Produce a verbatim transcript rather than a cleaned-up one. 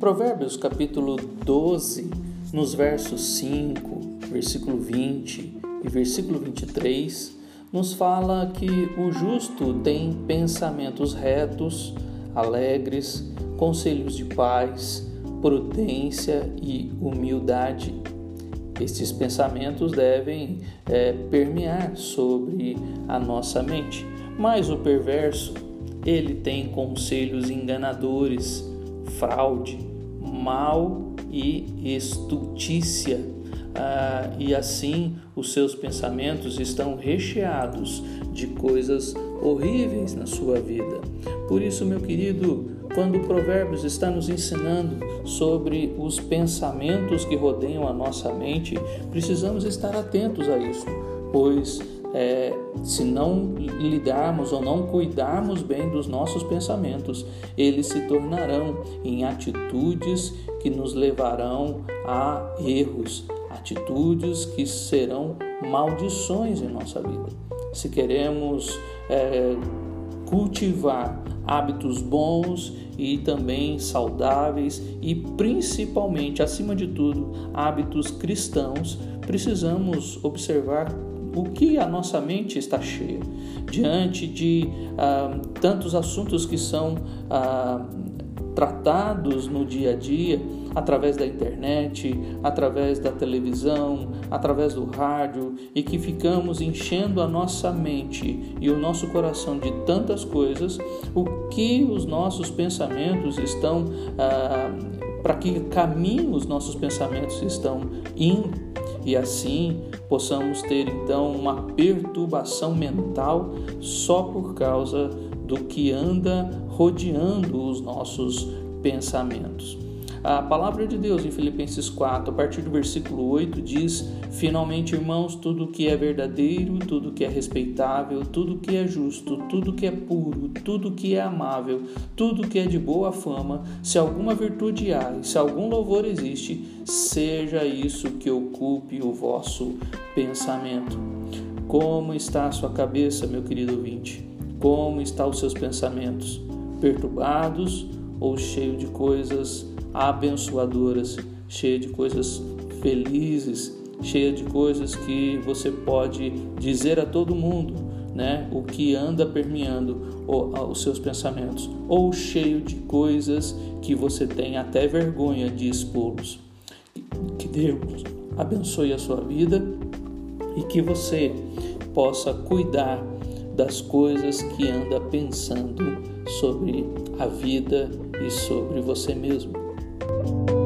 Provérbios capítulo doze, nos versos cinco, versículo vinte e versículo vinte e três, nos fala que o justo tem pensamentos retos, alegres, conselhos de paz, prudência e humildade. Estes pensamentos devem é, permear sobre a nossa mente. Mas o perverso, ele tem conselhos enganadores, fraude, mal e estultícia. Ah, e assim os seus pensamentos estão recheados de coisas horríveis na sua vida. Por isso, meu querido, quando o Provérbios está nos ensinando sobre os pensamentos que rodeiam a nossa mente, precisamos estar atentos a isso, pois é, se não lidarmos ou não cuidarmos bem dos nossos pensamentos, eles se tornarão em atitudes que nos levarão a erros, atitudes que serão maldições em nossa vida. Se queremos é, cultivar hábitos bons e também saudáveis e principalmente, acima de tudo, hábitos cristãos, precisamos observar o que a nossa mente está cheia. Diante de ah, tantos assuntos que são ah, tratados no dia a dia, através da internet, através da televisão, através do rádio, e que ficamos enchendo a nossa mente e o nosso coração de tantas coisas, o que os nossos pensamentos estão, ah, para que caminho os nossos pensamentos estão indo, e assim possamos ter então uma perturbação mental só por causa do que anda rodeando os nossos pensamentos. A palavra de Deus em Filipenses quatro, a partir do versículo oito, diz: finalmente, irmãos, tudo que é verdadeiro, tudo que é respeitável, tudo que é justo, tudo que é puro, tudo que é amável, tudo que é de boa fama, se alguma virtude há e se algum louvor existe, seja isso que ocupe o vosso pensamento. Como está a sua cabeça, meu querido ouvinte? Como estão os seus pensamentos? Perturbados ou cheios de coisas abençoadoras, cheia de coisas felizes, cheia de coisas que você pode dizer a todo mundo, né? O que anda permeando os seus pensamentos, ou cheio de coisas que você tem até vergonha de expô-los. Que Deus abençoe a sua vida e que você possa cuidar das coisas que anda pensando sobre a vida e sobre você mesmo.